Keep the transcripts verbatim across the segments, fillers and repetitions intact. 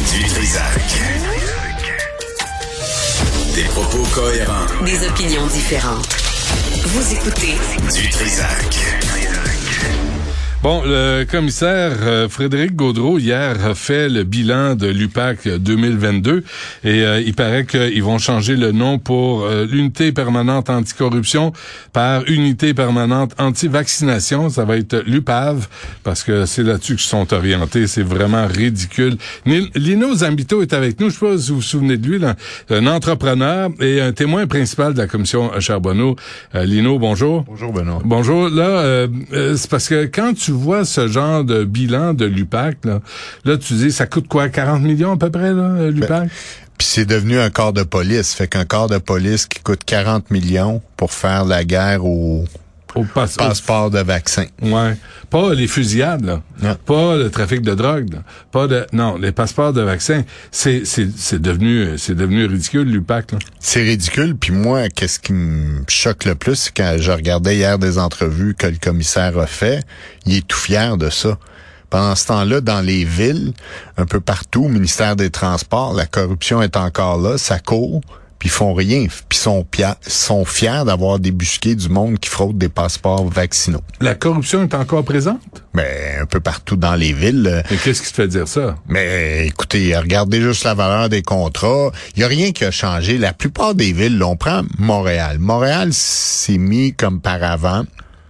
Du Trisac. Des propos cohérents. Des opinions différentes. Vous écoutez Du Trisac. Bon, le commissaire euh, Frédéric Gaudreault, hier, a fait le bilan de l'U P A C deux mille vingt-deux et euh, il paraît qu'ils vont changer le nom pour euh, l'unité permanente anticorruption par unité permanente anti-vaccination. Ça va être l'U P A V parce que c'est là-dessus qu'ils sont orientés. C'est vraiment ridicule. Lino Zambito est avec nous. Je sais pas si vous vous souvenez de lui, là. Un entrepreneur et un témoin principal de la commission Charbonneau. Euh, Lino, bonjour. Bonjour, Benoît. Bonjour. Là, euh, euh, c'est parce que quand tu Tu vois ce genre de bilan de l'U P A C, là, là tu dis, ça coûte quoi, quarante millions à peu près, là, l'U P A C? Ben, puis c'est devenu un corps de police. Fait qu'un corps de police qui coûte quarante millions pour faire la guerre au, au pas- passeport de vaccin. Ouais. Pas les fusillades, là. Non. Pas le trafic de drogue, là. Pas de, non, les passeports de vaccin. C'est, c'est, c'est devenu, c'est devenu ridicule, l'U P A C, là. C'est ridicule. Puis moi, qu'est-ce qui me choque le plus, c'est quand je regardais hier des entrevues que le commissaire a fait, il est tout fier de ça. Pendant ce temps-là, dans les villes, un peu partout, au ministère des Transports, la corruption est encore là, ça court, puis ils font rien, puis sont, pia- sont fiers d'avoir débusqué du monde qui fraude des passeports vaccinaux. La corruption est encore présente? Mais un peu partout dans les villes. Mais qu'est-ce qui te fait dire ça? Mais écoutez, regardez juste la valeur des contrats. Il y a rien qui a changé. La plupart des villes, là, on prend Montréal. Montréal s'est mis comme par avant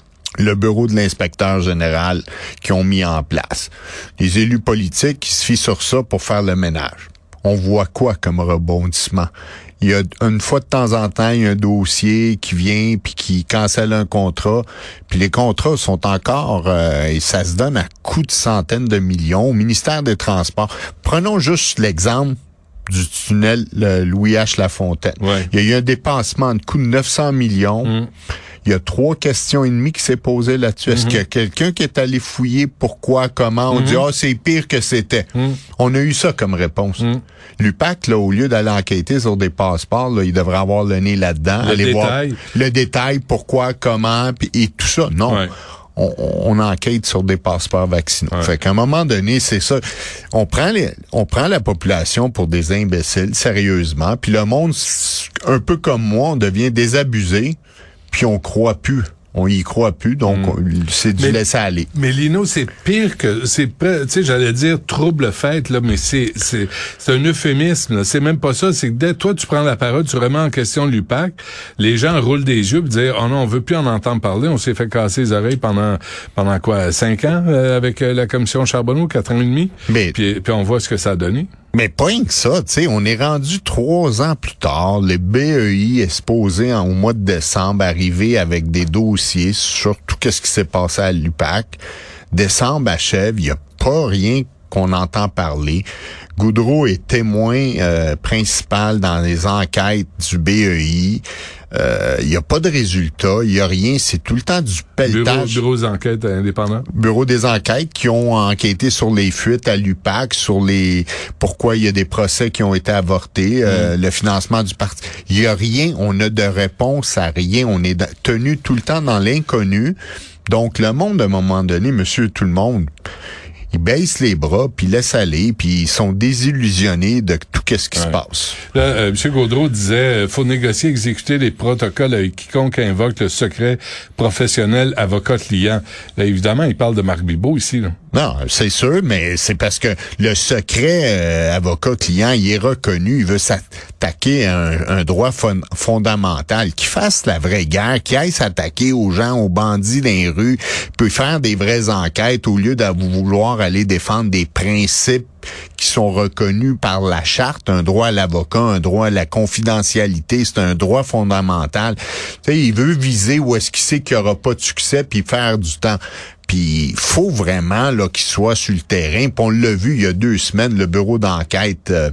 le bureau de l'inspecteur général qui ont mis en place. Les élus politiques qui se fient sur ça pour faire le ménage. On voit quoi comme rebondissement? Il y a une fois de temps en temps, il y a un dossier qui vient puis qui cancelle un contrat. Puis les contrats sont encore, euh, et ça se donne à coût de centaines de millions au ministère des Transports. Prenons juste l'exemple du tunnel le Louis H. Lafontaine. Ouais. Il y a eu un dépassement de coût de neuf cents millions. Mmh. Il y a trois questions et demie qui s'est posées là-dessus. Mm-hmm. Est-ce qu'il y a quelqu'un qui est allé fouiller pourquoi, comment? On mm-hmm. dit, ah, oh, c'est pire que c'était. Mm. On a eu ça comme réponse. Mm. L'U P A C, là, au lieu d'aller enquêter sur des passeports, là, il devrait avoir le nez là-dedans. Le aller détail. voir le détail, pourquoi, comment, pis, et tout ça. Non. Ouais. On, on enquête sur des passeports vaccinaux. Ouais. Fait qu'à un moment donné, c'est ça. On prend les, on prend la population pour des imbéciles, sérieusement. Puis le monde, un peu comme moi, on devient désabusé. Puis on croit plus. On y croit plus, donc mm. on, c'est du laisser aller. Mais Lino, c'est pire que, c'est, tu sais, j'allais dire trouble fête, là, mais c'est, c'est, c'est un euphémisme, là. C'est même pas ça. C'est que dès toi, tu prends la parole, tu remets en question l'U P A C, les gens roulent des yeux, puis disent, oh non, on veut plus en entendre parler. On s'est fait casser les oreilles pendant, pendant quoi, cinq ans, euh, avec euh, la commission Charbonneau, quatre ans et demi. Mais, puis, puis on voit ce que ça a donné. Mais pas rien que ça, tu sais, on est rendu trois ans plus tard. Le B E I est supposé, en, au mois de décembre, arriver avec des dossiers sur tout ce qui s'est passé à l'U P A C. Décembre achève, il n'y a pas rien qu'on entend parler. Gaudreault est témoin euh, principal dans les enquêtes du B E I. Il euh, n'y a pas de résultat, il n'y a rien, c'est tout le temps du pelletage. Bureau, bureau des enquêtes indépendants. Bureau des enquêtes qui ont enquêté sur les fuites à l'U P A C, sur les pourquoi il y a des procès qui ont été avortés, mmh. euh, le financement du parti. Il n'y a rien, on a de réponse à rien, on est tenu tout le temps dans l'inconnu. Donc le monde, à un moment donné, monsieur tout le monde, ils baissent les bras, puis laissent aller, puis ils sont désillusionnés de tout ce qui ouais. se passe. Là, euh, M. Gaudreault disait, euh, faut négocier, exécuter les protocoles avec quiconque invoque le secret professionnel avocat-client. Là, évidemment, il parle de Marc Bibeau ici, là. Non, c'est sûr, mais c'est parce que le secret euh, avocat-client, il est reconnu, il veut s'attaquer à un, un droit fon- fondamental, qu'il fasse la vraie guerre, qu'il aille s'attaquer aux gens, aux bandits dans les rues, peut faire des vraies enquêtes au lieu de vouloir aller défendre des principes qui sont reconnus par la charte, un droit à l'avocat, un droit à la confidentialité, c'est un droit fondamental. Tu sais, il veut viser où est-ce qu'il sait qu'il n'y aura pas de succès, puis faire du temps. Puis il faut vraiment là qu'il soit sur le terrain. Puis on l'a vu il y a deux semaines, le bureau d'enquête euh,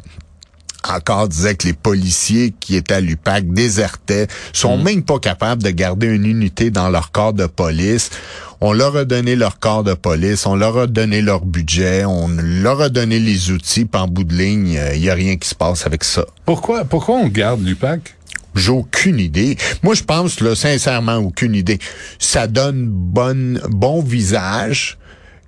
encore disait que les policiers qui étaient à l'U P A C désertaient, sont mmh. même pas capables de garder une unité dans leur corps de police. On leur a donné leur corps de police, on leur a donné leur budget, on leur a donné les outils, puis en bout de ligne, il euh, y a rien qui se passe avec ça. Pourquoi, pourquoi on garde l'U P A C? J'ai aucune idée. Moi, je pense, là, sincèrement, aucune idée. Ça donne bonne, bon visage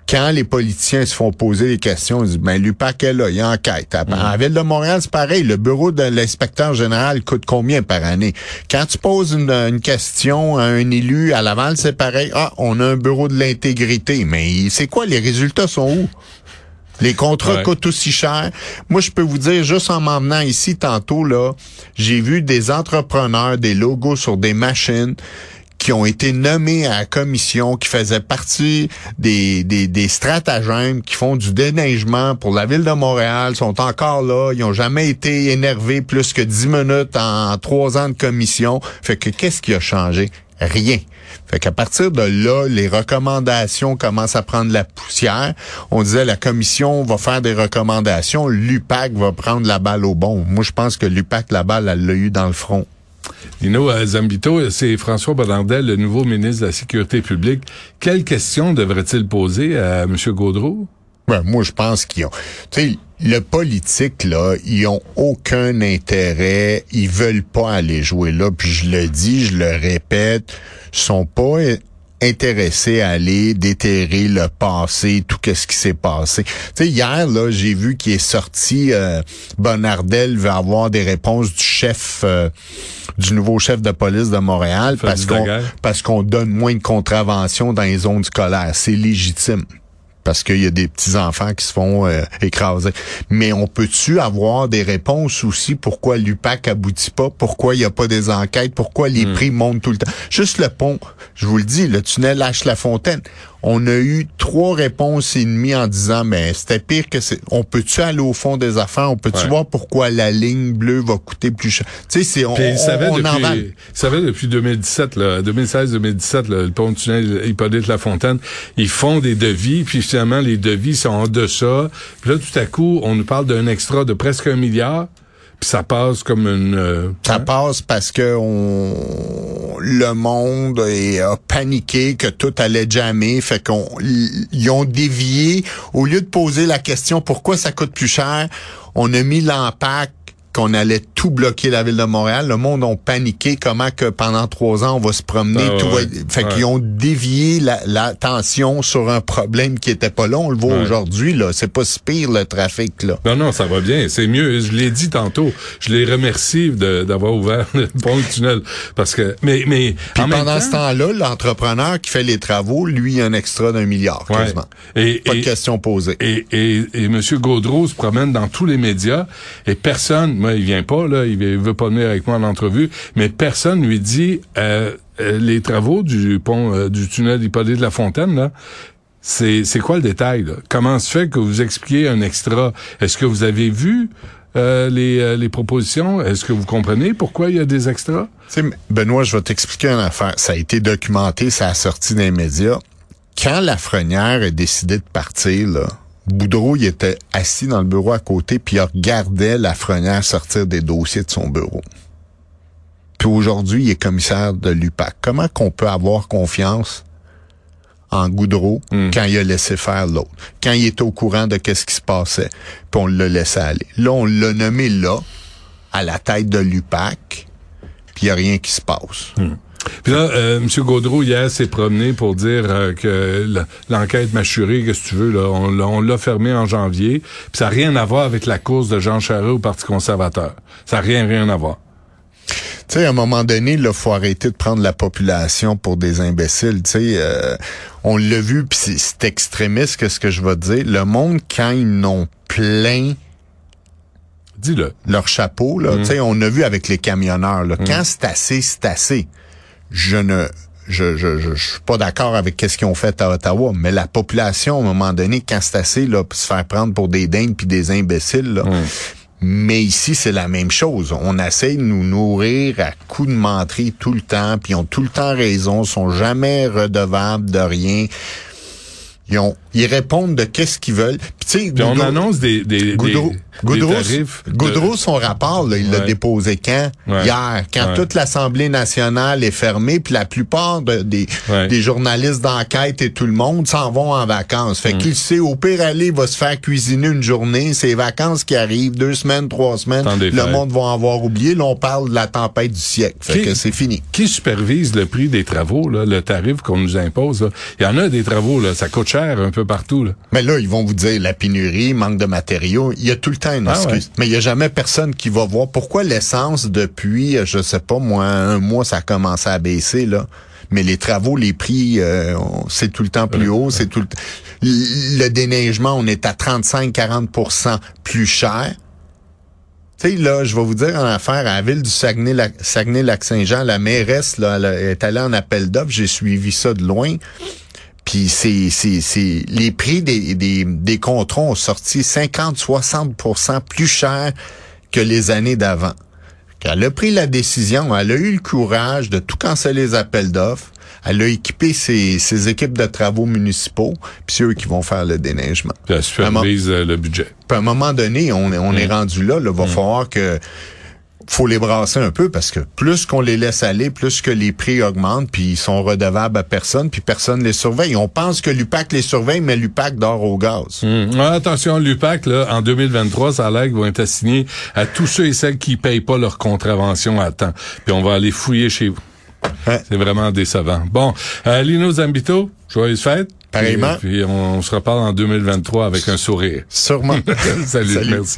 quand les politiciens se font poser des questions, ils disent, ben, l'U P A C est là, il y a enquête. À, mmh. à la Ville de Montréal, c'est pareil. Le bureau de l'inspecteur général coûte combien par année? Quand tu poses une, une question à un élu à Laval, c'est pareil. Ah, on a un bureau de l'intégrité. Mais c'est quoi? Les résultats sont où? Les contrats ouais. coûtent aussi cher. Moi, je peux vous dire, juste en m'en venant ici tantôt, là, j'ai vu des entrepreneurs, des logos sur des machines qui ont été nommés à la commission, qui faisaient partie des, des, des stratagèmes, qui font du déneigement pour la Ville de Montréal, sont encore là. Ils ont jamais été énervés plus que dix minutes en trois ans de commission. Fait que qu'est-ce qui a changé? Rien. Fait qu'à partir de là, les recommandations commencent à prendre la poussière. On disait la commission va faire des recommandations, l'U P A C va prendre la balle au bon. Moi, je pense que l'U P A C, la balle, elle l'a eu dans le front. Dino euh, Zambito, c'est François Bonnardel, le nouveau ministre de la Sécurité publique. Quelles questions devrait-il poser à M. Gaudreau? Ben, moi, je pense qu'ils ont... Tu sais, le politique, là, ils ont aucun intérêt. Ils veulent pas aller jouer là. Puis je le dis, je le répète, ils sont pas intéressés à aller déterrer le passé, tout ce qui s'est passé. Tu sais, hier, là, j'ai vu qu'il est sorti, euh, Bonnardel veut avoir des réponses du chef, euh, du nouveau chef de police de Montréal parce qu'on, parce qu'on donne moins de contraventions dans les zones scolaires. C'est légitime. Parce qu'il y a des petits-enfants qui se font euh, écraser. Mais on peut-tu avoir des réponses aussi pourquoi l'U P A C aboutit pas, pourquoi il n'y a pas des enquêtes, pourquoi les mmh. prix montent tout le temps. Juste le pont, je vous le dis, le tunnel H-La-Fontaine, on a eu trois réponses et demie en disant, mais c'était pire que c'est. On peut-tu aller au fond des affaires? On peut-tu ouais. voir pourquoi la ligne bleue va coûter plus cher? Tu sais, c'est, on, on, savait on depuis, en va. Il savait depuis deux mille dix-sept, là, deux mille seize deux mille dix-sept, là, le pont du tunnel Hippolyte-Lafontaine, ils font des devis, puis finalement, les devis sont en deçà. Puis là, tout à coup, on nous parle d'un extra de presque un milliard. Puis ça passe comme une... Euh, ça hein? passe parce que on le monde est, a paniqué que tout allait jammer, fait qu'on ils ont dévié. Au lieu de poser la question pourquoi ça coûte plus cher, on a mis l'impact qu'on allait tout bloquer la Ville de Montréal. Le monde a paniqué comment que pendant trois ans, on va se promener. Ah, tout ouais, va... Fait ouais. qu'ils ont dévié l'attention la sur un problème qui était pas là. On le voit ouais. aujourd'hui, là. C'est pas si pire, le trafic, là. Non, non, ça va bien. C'est mieux. Je l'ai dit tantôt. Je les remercie de, d'avoir ouvert le pont du tunnel. Parce que, mais, mais. Puis en pendant même temps, ce temps-là, l'entrepreneur qui fait les travaux, lui, il a un extra d'un milliard, ouais. quasiment. Et, pas et, de question posée. Et, et, et M. Gaudreau se promène dans tous les médias et personne, il vient pas, là, il veut pas venir avec moi en entrevue, mais personne lui dit euh, euh, les travaux du pont euh, du tunnel Hippolyte-Lafontaine, là, c'est c'est quoi le détail, là? Comment se fait que vous expliquez un extra? Est-ce que vous avez vu euh, les euh, les propositions? Est-ce que vous comprenez pourquoi il y a des extras? T'sais, Benoît, je vais t'expliquer une affaire. Ça a été documenté, ça a sorti dans les médias. Quand Lafrenière a décidé de partir, là, Boudreau, il était assis dans le bureau à côté, puis il regardait Lafrenière sortir des dossiers de son bureau. Puis aujourd'hui, il est commissaire de l'U P A C. Comment qu'on peut avoir confiance en Boudreau mm. quand il a laissé faire l'autre? Quand il était au courant de qu'est-ce qui se passait, puis on l'a laissé aller. Là, on l'a nommé là, à la tête de l'U P A C, puis il n'y a rien qui se passe. Mm. Puis là, euh, M. Gaudreau, hier, s'est promené pour dire euh, que l'enquête mâchurée, qu'est-ce que tu veux, là, on, on l'a fermé en janvier, puis ça n'a rien à voir avec la course de Jean Charest au Parti conservateur. Ça n'a rien, rien à voir. Tu sais, à un moment donné, il faut arrêter de prendre la population pour des imbéciles. Tu sais, euh, on l'a vu, puis c'est, c'est extrémiste que ce que je vais te dire. Le monde, quand ils n'ont plein... Dis-le. Leur chapeau, là, mmh. tu sais, on a vu avec les camionneurs, là, mmh. quand c'est assez, c'est assez. Je ne, je, je, je, je suis pas d'accord avec qu'est-ce qu'ils ont fait à Ottawa, mais la population, à un moment donné, quand c'est assez, là, se faire prendre pour des dingues puis des imbéciles, là. Mm. Mais ici, c'est la même chose. On essaie de nous nourrir à coups de menterie tout le temps, puis ils ont tout le temps raison, sont jamais redevables de rien. Ils ont, ils répondent de qu'est-ce qu'ils veulent. Puis tu sais, on annonce des, des, Goudreau, des, Goudreau, tarifs. Goudreau de... son rapport, là, il l'a ouais. déposé quand? Ouais. Hier. Quand ouais. toute l'Assemblée nationale est fermée, puis la plupart de, des, ouais. des journalistes d'enquête et tout le monde s'en vont en vacances. Fait mm. qu'il sait, au pire aller, il va se faire cuisiner une journée. C'est les vacances qui arrivent, deux semaines, trois semaines. Le fêtes. monde va en avoir oublié. Là, on parle de la tempête du siècle. Fait qui, que c'est fini. Qui supervise le prix des travaux, là, le tarif qu'on nous impose? Là? Il y en a des travaux, là, ça coûte cher un peu partout. Là. Mais là, ils vont vous dire la pénurie, manque de matériaux. Il y a tout le temps une excuse. Ah ouais. Mais il y a jamais personne qui va voir pourquoi l'essence, depuis, je sais pas, moi, un mois, ça a commencé à baisser, là. Mais les travaux, les prix, euh, c'est tout le temps plus haut. C'est tout le, t- le déneigement, on est à trente-cinq à quarante pour cent plus cher. Tu sais, là, je vais vous dire en affaire, à la ville du Saguenay, Saguenay-Lac-Saint-Jean, la mairesse, là, elle est allée en appel d'offres. J'ai suivi ça de loin. Puis c'est, c'est, c'est, les prix des, des, des contrats ont sorti cinquante à soixante pour cent plus cher que les années d'avant. Elle a pris la décision, elle a eu le courage de tout canceller les appels d'offres. Elle a équipé ses, ses équipes de travaux municipaux, puis c'est eux qui vont faire le déneigement. Puis elle supervise mo- le budget. Puis à un moment donné, on, on mmh. est rendu là, il va mmh. falloir que faut les brasser un peu parce que plus qu'on les laisse aller, plus que les prix augmentent, puis ils sont redevables à personne, puis personne les surveille. On pense que l'U P A C les surveille, mais l'U P A C dort au gaz. Mmh. Ah, attention, l'U P A C, là, en deux mille vingt-trois, ça a l'air qu'ils vont être assignés à tous ceux et celles qui payent pas leur contravention à temps. Puis on va aller fouiller chez vous. Hein? C'est vraiment décevant. Bon, euh, Lino Zambito, joyeuses fêtes. Pareillement. Puis, puis on, on se reparle en deux mille vingt-trois avec un sourire. Sûrement. Salut, Salut, merci.